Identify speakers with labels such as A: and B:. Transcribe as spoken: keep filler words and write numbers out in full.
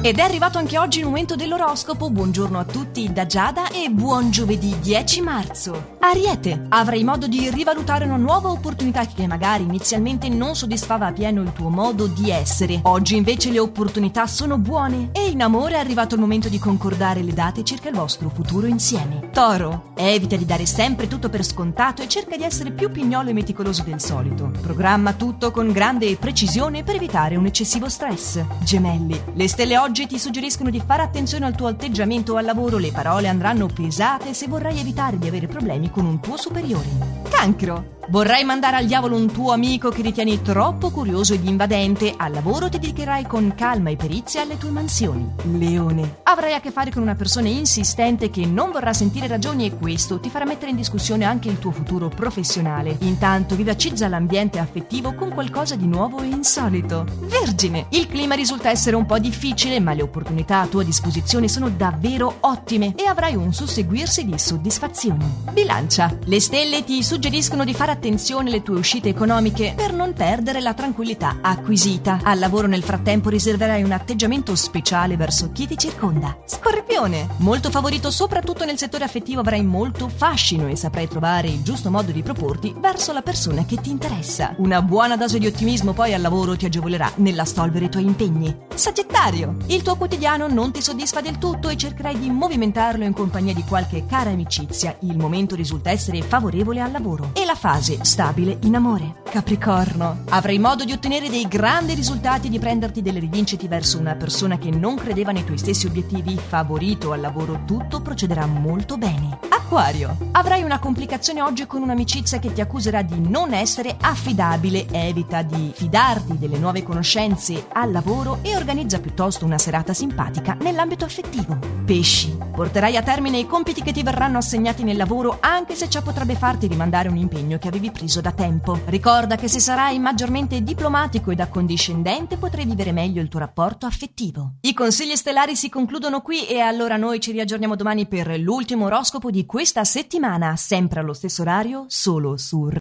A: Ed è arrivato anche oggi il momento dell'oroscopo. Buongiorno a tutti da Giada e buon giovedì dieci marzo. Ariete, avrai modo di rivalutare una nuova opportunità che magari inizialmente non soddisfava appieno il tuo modo di essere. Oggi invece le opportunità sono buone e in amore è arrivato il momento di concordare le date circa il vostro futuro insieme. Toro, evita di dare sempre tutto per scontato e cerca di essere più pignolo e meticoloso del solito. Programma tutto con grande precisione per evitare un eccessivo stress. Gemelli, le stelle oggi ti suggeriscono di fare attenzione al tuo atteggiamento al lavoro, le parole andranno pesate se vorrai evitare di avere problemi con un tuo superiore. Cancro, vorrai mandare al diavolo un tuo amico che ritieni troppo curioso ed invadente. Al lavoro ti dedicherai con calma e perizia alle tue mansioni. Leone, avrai a che fare con una persona insistente che non vorrà sentire ragioni e questo ti farà mettere in discussione anche il tuo futuro professionale. Intanto vivacizza l'ambiente affettivo con qualcosa di nuovo e insolito. Vergine, il clima risulta essere un po' difficile, ma le opportunità a tua disposizione sono davvero ottime e avrai un susseguirsi di soddisfazioni. Bilancia, le stelle ti suggeriscono di fare attenzione alle tue uscite economiche per non perdere la tranquillità acquisita. Al lavoro nel frattempo riserverai un atteggiamento speciale verso chi ti circonda. Scorpione, molto favorito soprattutto nel settore affettivo, avrai molto fascino e saprai trovare il giusto modo di proporti verso la persona che ti interessa. Una buona dose di ottimismo poi al lavoro ti agevolerà nell'assolvere i tuoi impegni. Sagittario, il tuo quotidiano non ti soddisfa del tutto e cercherai di movimentarlo in compagnia di qualche cara amicizia. Il momento risulta essere favorevole al lavoro e la fase stabile in amore. Capricorno, avrai modo di ottenere dei grandi risultati e di prenderti delle rivincite verso una persona che non credeva nei tuoi stessi obiettivi. Favorito al lavoro, tutto procederà molto bene. Acquario, avrai una complicazione oggi con un'amicizia che ti accuserà di non essere affidabile. Evita di fidarti delle nuove conoscenze al lavoro e organizza piuttosto una serata simpatica nell'ambito affettivo. Pesci, porterai a termine i compiti che ti verranno assegnati nel lavoro anche se ciò potrebbe farti rimandare un impegno che avevi preso da tempo. Ricorda che se sarai maggiormente diplomatico ed accondiscendente potrai vivere meglio il tuo rapporto affettivo. I consigli stellari si concludono qui e allora noi ci riaggiorniamo domani per l'ultimo oroscopo di questa settimana, sempre allo stesso orario, solo su